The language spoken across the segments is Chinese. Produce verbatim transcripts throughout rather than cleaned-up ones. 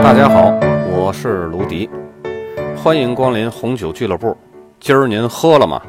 大家好，我是卢迪，欢迎光临红酒俱乐部。今儿您喝了吗？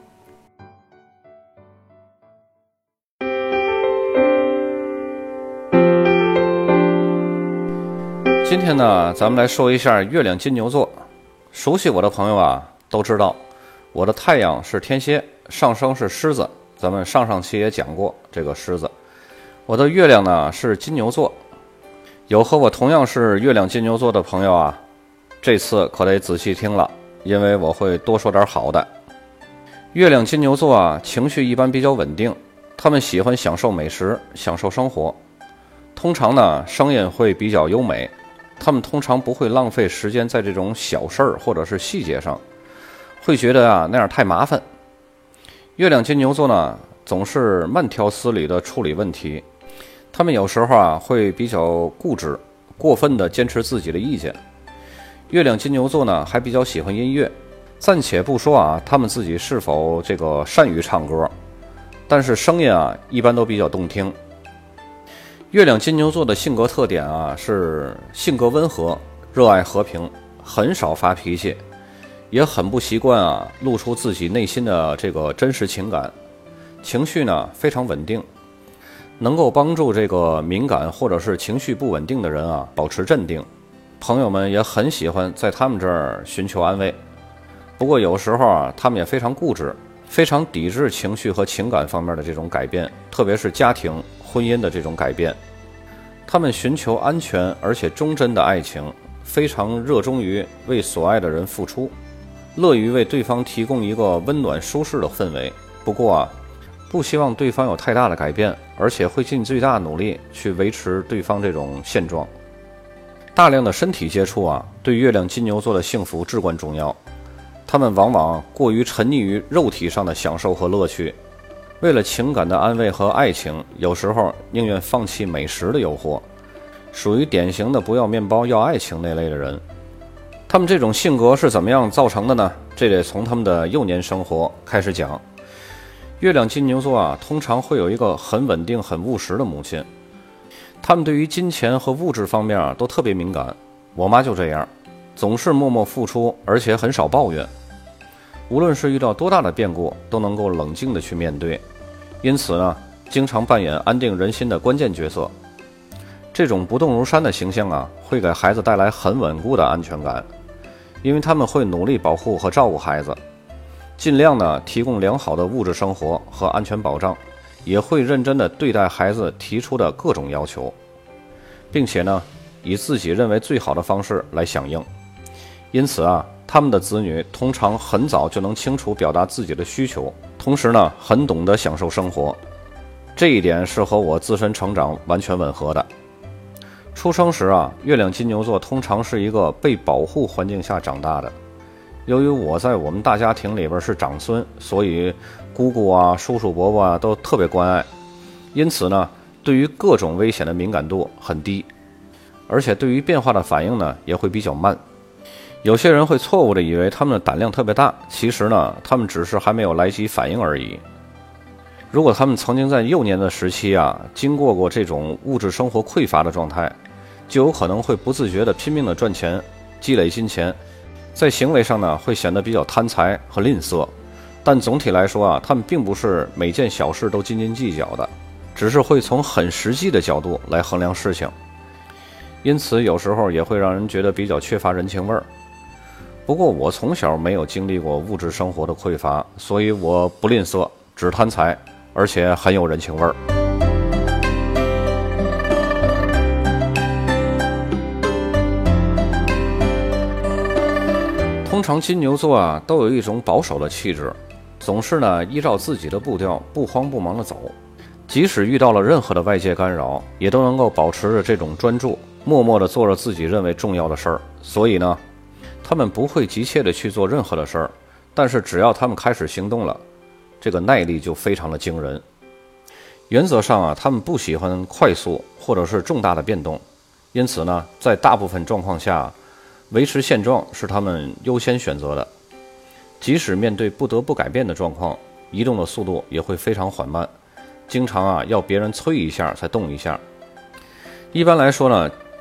今天呢，咱们来说一下月亮金牛座。熟悉我的朋友啊，都知道我的太阳是天蝎，上升是狮子。咱们上上期也讲过这个狮子。我的月亮呢是金牛座。有和我同样是月亮金牛座的朋友啊，这次可得仔细听了，因为我会多说点好的。月亮金牛座啊，情绪一般比较稳定，他们喜欢享受美食，享受生活。通常呢，声音会比较优美，他们通常不会浪费时间在这种小事儿或者是细节上，会觉得啊那样太麻烦。月亮金牛座呢，总是慢条斯理地处理问题。他们有时候啊会比较固执，过分地坚持自己的意见。月亮金牛座呢还比较喜欢音乐，暂且不说啊他们自己是否这个善于唱歌，但是声音啊一般都比较动听。月亮金牛座的性格特点啊是性格温和，热爱和平，很少发脾气，也很不习惯啊露出自己内心的这个真实情感，情绪呢非常稳定。能够帮助这个敏感或者是情绪不稳定的人啊保持镇定，朋友们也很喜欢在他们这儿寻求安慰。不过有时候啊，他们也非常固执，非常抵制情绪和情感方面的这种改变，特别是家庭、婚姻的这种改变。他们寻求安全而且忠贞的爱情，非常热衷于为所爱的人付出，乐于为对方提供一个温暖舒适的氛围。不过啊，不希望对方有太大的改变，而且会尽最大努力去维持对方这种现状。大量的身体接触啊，对月亮金牛座的幸福至关重要。他们往往过于沉溺于肉体上的享受和乐趣，为了情感的安慰和爱情，有时候宁愿放弃美食的诱惑，属于典型的不要面包要爱情那类的人。他们这种性格是怎么样造成的呢？这得从他们的幼年生活开始讲。月亮金牛座啊，通常会有一个很稳定、很务实的母亲。他们对于金钱和物质方面啊，都特别敏感。我妈就这样，总是默默付出，而且很少抱怨。无论是遇到多大的变故，都能够冷静地去面对。因此呢，经常扮演安定人心的关键角色。这种不动如山的形象啊，会给孩子带来很稳固的安全感，因为他们会努力保护和照顾孩子。尽量呢提供良好的物质生活和安全保障，也会认真地对待孩子提出的各种要求，并且呢以自己认为最好的方式来响应。因此啊，他们的子女通常很早就能清楚表达自己的需求，同时呢很懂得享受生活。这一点是和我自身成长完全吻合的。出生时啊，月亮金牛座通常是一个被保护环境下长大的。由于我在我们大家庭里边是长孙，所以姑姑啊、叔叔伯伯啊都特别关爱，因此呢，对于各种危险的敏感度很低，而且对于变化的反应呢也会比较慢。有些人会错误地以为他们的胆量特别大，其实呢，他们只是还没有来及反应而已。如果他们曾经在幼年的时期啊，经过过这种物质生活匮乏的状态，就有可能会不自觉地拼命地赚钱，积累金钱。在行为上呢，会显得比较贪财和吝啬，但总体来说啊，他们并不是每件小事都斤斤计较的，只是会从很实际的角度来衡量事情，因此有时候也会让人觉得比较缺乏人情味儿。不过我从小没有经历过物质生活的匮乏，所以我不吝啬，只贪财，而且很有人情味儿。通常金牛座啊都有一种保守的气质，总是呢依照自己的步调不慌不忙地走，即使遇到了任何的外界干扰，也都能够保持着这种专注，默默地做着自己认为重要的事儿。所以呢，他们不会急切地去做任何的事儿，但是只要他们开始行动了，这个耐力就非常的惊人。原则上啊，他们不喜欢快速或者是重大的变动，因此呢，在大部分状况下，维持现状是他们优先选择的。即使面对不得不改变的状况，移动的速度也会非常缓慢，经常啊要别人催一下才动一下。一般来说呢，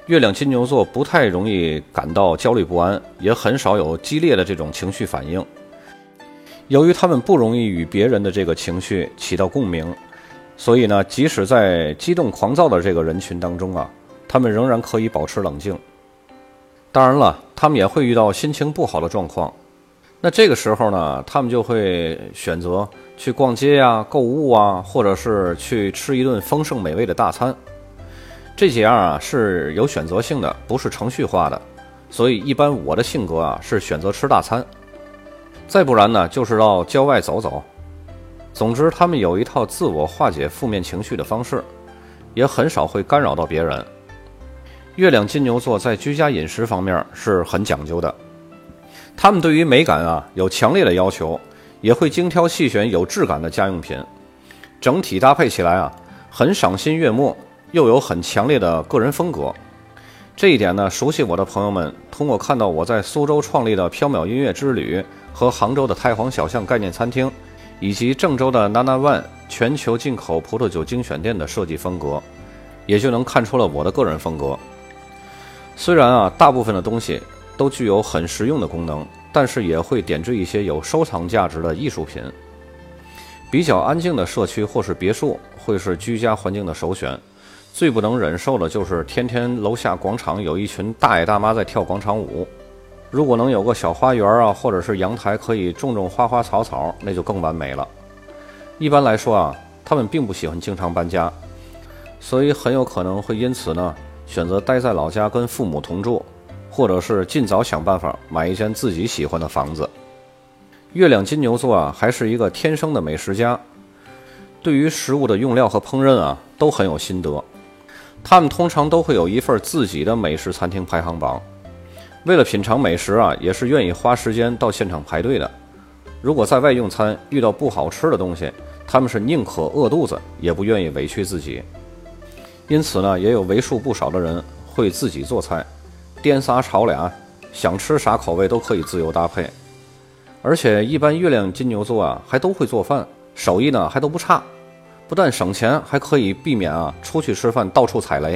月亮金牛座不太容易感到焦虑不安，也很少有激烈的这种情绪反应。由于他们不容易与别人的这个情绪起到共鸣，所以呢，即使在激动狂躁的这个人群当中啊，他们仍然可以保持冷静。当然了，他们也会遇到心情不好的状况。那这个时候呢，他们就会选择去逛街啊、购物啊，或者是去吃一顿丰盛美味的大餐。这几样啊是有选择性的，不是程序化的。所以一般我的性格啊是选择吃大餐，再不然呢就是到郊外走走。总之，他们有一套自我化解负面情绪的方式，也很少会干扰到别人。月亮金牛座在居家饮食方面是很讲究的。他们对于美感啊有强烈的要求，也会精挑细选有质感的家用品，整体搭配起来啊很赏心悦目，又有很强烈的个人风格。这一点呢，熟悉我的朋友们通过看到我在苏州创立的缥缈音乐之旅和杭州的太皇小巷概念餐厅，以及郑州的 Nana One 全球进口葡萄酒精选店的设计风格，也就能看出了我的个人风格。虽然啊大部分的东西都具有很实用的功能，但是也会点缀一些有收藏价值的艺术品。比较安静的社区或是别墅会是居家环境的首选。最不能忍受的就是天天楼下广场有一群大爷大妈在跳广场舞。如果能有个小花园啊，或者是阳台可以种种花花草草，那就更完美了。一般来说啊，他们并不喜欢经常搬家，所以很有可能会因此呢选择待在老家跟父母同住，或者是尽早想办法买一间自己喜欢的房子。月亮金牛座啊，还是一个天生的美食家，对于食物的用料和烹饪啊都很有心得。他们通常都会有一份自己的美食餐厅排行榜，为了品尝美食啊，也是愿意花时间到现场排队的。如果在外用餐遇到不好吃的东西，他们是宁可饿肚子，也不愿意委屈自己。因此呢，也有为数不少的人会自己做菜，颠仨炒俩，想吃啥口味都可以自由搭配。而且一般月亮金牛座啊，还都会做饭，手艺呢还都不差。不但省钱，还可以避免啊出去吃饭到处踩雷。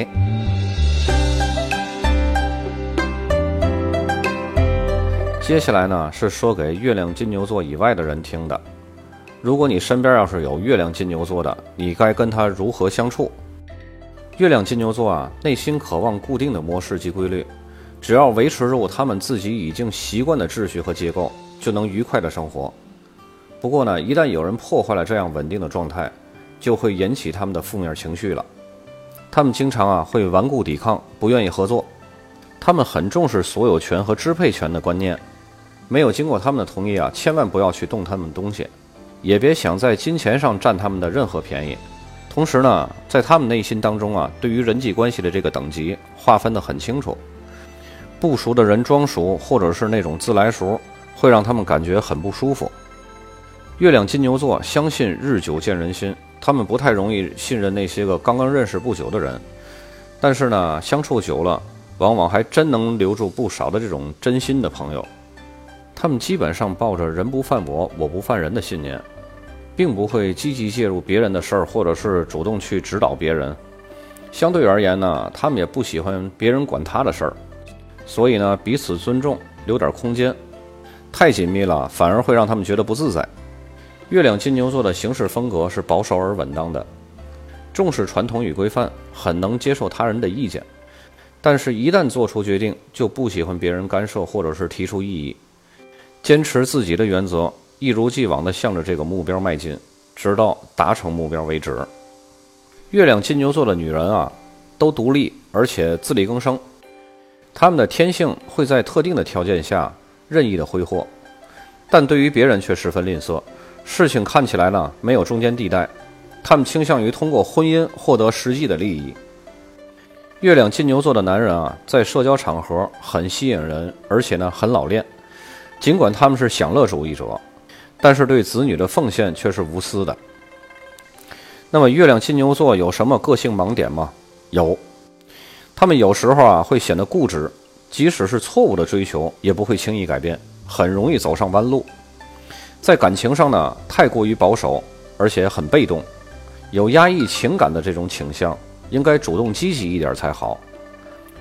接下来呢是说给月亮金牛座以外的人听的。如果你身边要是有月亮金牛座的，你该跟他如何相处？月亮金牛座啊，内心渴望固定的模式及规律，只要维持住他们自己已经习惯的秩序和结构，就能愉快的生活。不过呢，一旦有人破坏了这样稳定的状态，就会引起他们的负面情绪了。他们经常啊会顽固抵抗，不愿意合作。他们很重视所有权和支配权的观念，没有经过他们的同意啊，千万不要去动他们的东西，也别想在金钱上占他们的任何便宜。同时呢，在他们内心当中啊，对于人际关系的这个等级划分得很清楚。不熟的人装熟，或者是那种自来熟，会让他们感觉很不舒服。月亮金牛座相信日久见人心，他们不太容易信任那些个刚刚认识不久的人，但是呢，相处久了，往往还真能留住不少的这种真心的朋友。他们基本上抱着人不犯我，我不犯人的信念，并不会积极介入别人的事儿，或者是主动去指导别人。相对而言呢，他们也不喜欢别人管他的事儿，所以呢，彼此尊重，留点空间。太紧密了，反而会让他们觉得不自在。月亮金牛座的行事风格是保守而稳当的，重视传统与规范，很能接受他人的意见，但是一旦做出决定，就不喜欢别人干涉或者是提出异议，坚持自己的原则，一如既往地向着这个目标迈进，直到达成目标为止。月亮金牛座的女人啊，都独立而且自力更生，她们的天性会在特定的条件下任意的挥霍，但对于别人却十分吝啬。事情看起来呢没有中间地带，他们倾向于通过婚姻获得实际的利益。月亮金牛座的男人啊，在社交场合很吸引人，而且呢很老练。尽管他们是享乐主义者，但是对子女的奉献却是无私的。那么月亮金牛座有什么个性盲点吗？有，他们有时候啊会显得固执，即使是错误的追求也不会轻易改变，很容易走上弯路。在感情上呢，太过于保守，而且很被动，有压抑情感的这种倾向，应该主动积极一点才好。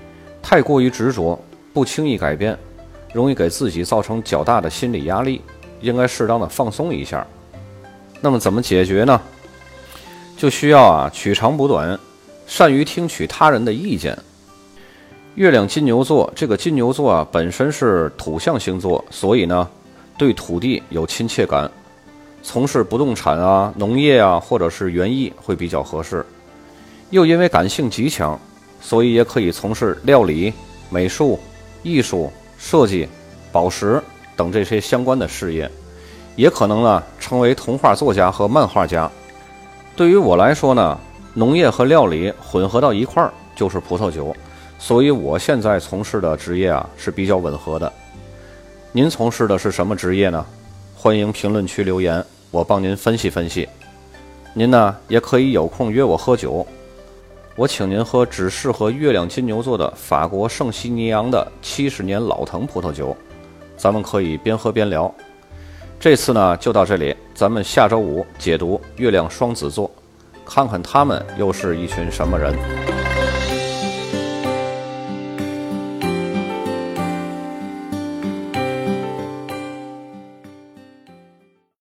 太过于执着，不轻易改变，容易给自己造成较大的心理压力，应该适当的放松一下。那么怎么解决呢？就需要啊取长补短，善于听取他人的意见。月亮金牛座，这个金牛座啊本身是土象星座，所以呢对土地有亲切感，从事不动产啊、农业啊或者是园艺会比较合适。又因为感性极强，所以也可以从事料理、美术、艺术、设计、宝石等这些相关的事业，也可能呢成为童话作家和漫画家。对于我来说呢，农业和料理混合到一块儿就是葡萄酒，所以我现在从事的职业啊是比较吻合的。您从事的是什么职业呢？欢迎评论区留言，我帮您分析分析。您呢也可以有空约我喝酒，我请您喝只适合月亮金牛座的法国圣西尼昂的七十年老藤葡萄酒，咱们可以边喝边聊。这次呢就到这里，咱们下周五解读月亮双子座，看看他们又是一群什么人。